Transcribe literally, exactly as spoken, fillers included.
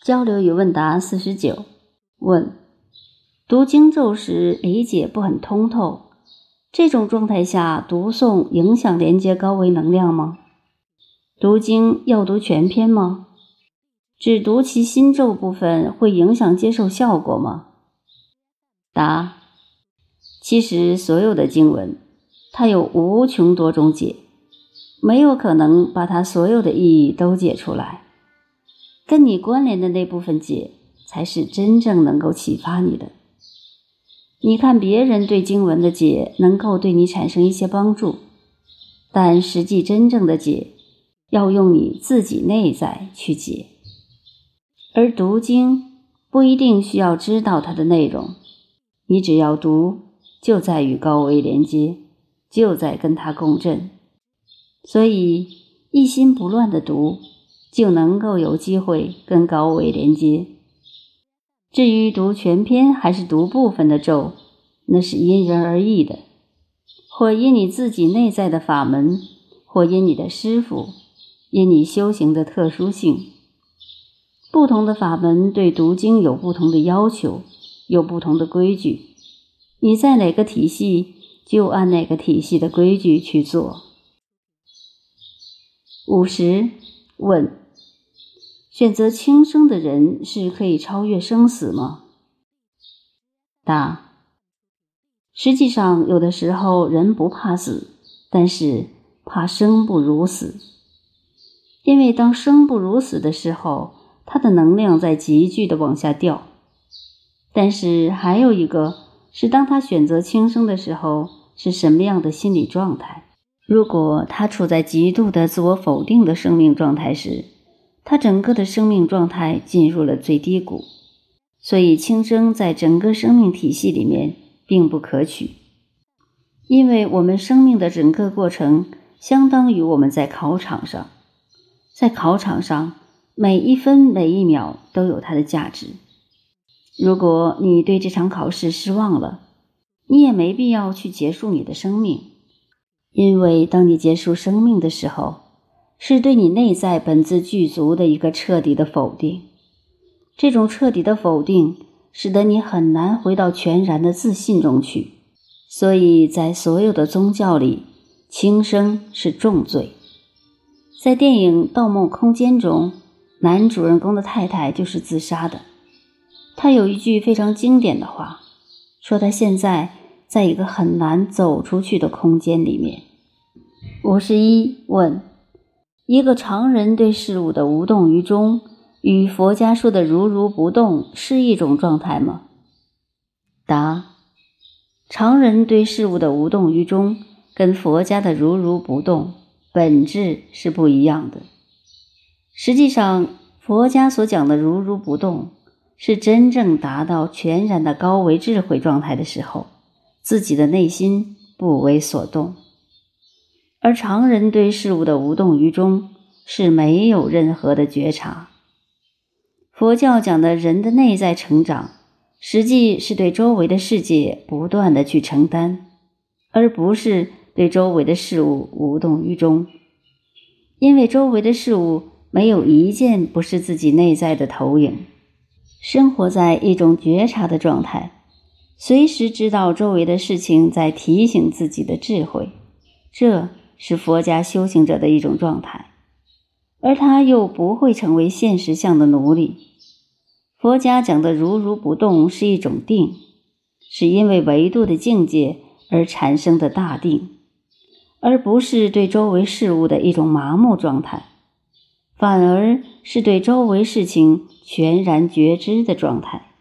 交流与问答四十九。问：读经咒时理解不很通透，这种状态下读诵影响连接高维能量吗？读经要读全篇吗？只读其心咒部分会影响接受效果吗？答：其实所有的经文它有无穷多种解，没有可能把它所有的意义都解出来，跟你关联的那部分解才是真正能够启发你的。你看别人对经文的解能够对你产生一些帮助，但实际真正的解要用你自己内在去解。而读经不一定需要知道它的内容，你只要读，就在与高维连接，就在跟它共振。所以一心不乱地读，就能够有机会跟高维连接。至于读全篇还是读部分的咒，那是因人而异的，或因你自己内在的法门，或因你的师父，因你修行的特殊性。不同的法门对读经有不同的要求，有不同的规矩，你在哪个体系就按哪个体系的规矩去做。五十。问：选择轻生的人是可以超越生死吗？答：实际上有的时候人不怕死，但是怕生不如死。因为当生不如死的时候，他的能量在急剧的往下掉。但是还有一个是当他选择轻生的时候是什么样的心理状态。如果他处在极度的自我否定的生命状态时，他整个的生命状态进入了最低谷，所以轻生在整个生命体系里面并不可取。因为我们生命的整个过程相当于我们在考场上，在考场上每一分每一秒都有它的价值。如果你对这场考试失望了，你也没必要去结束你的生命，因为当你结束生命的时候，是对你内在本自具足的一个彻底的否定。这种彻底的否定使得你很难回到全然的自信中去，所以在所有的宗教里，轻生是重罪。在电影《盗梦空间》中，男主人公的太太就是自杀的。他有一句非常经典的话，说他现在在一个很难走出去的空间里面。五十一。问：一个常人对事物的无动于衷，与佛家说的如如不动是一种状态吗？答：常人对事物的无动于衷跟佛家的如如不动本质是不一样的。实际上佛家所讲的如如不动是真正达到全然的高维智慧状态的时候，自己的内心不为所动。而常人对事物的无动于衷是没有任何的觉察。佛教讲的人的内在成长，实际是对周围的世界不断的去承担，而不是对周围的事物无动于衷。因为周围的事物没有一件不是自己内在的投影，生活在一种觉察的状态，随时知道周围的事情在提醒自己的智慧，这是佛家修行者的一种状态，而他又不会成为现实相的奴隶。佛家讲的如如不动是一种定，是因为维度的境界而产生的大定，而不是对周围事物的一种麻木状态，反而是对周围事情全然觉知的状态。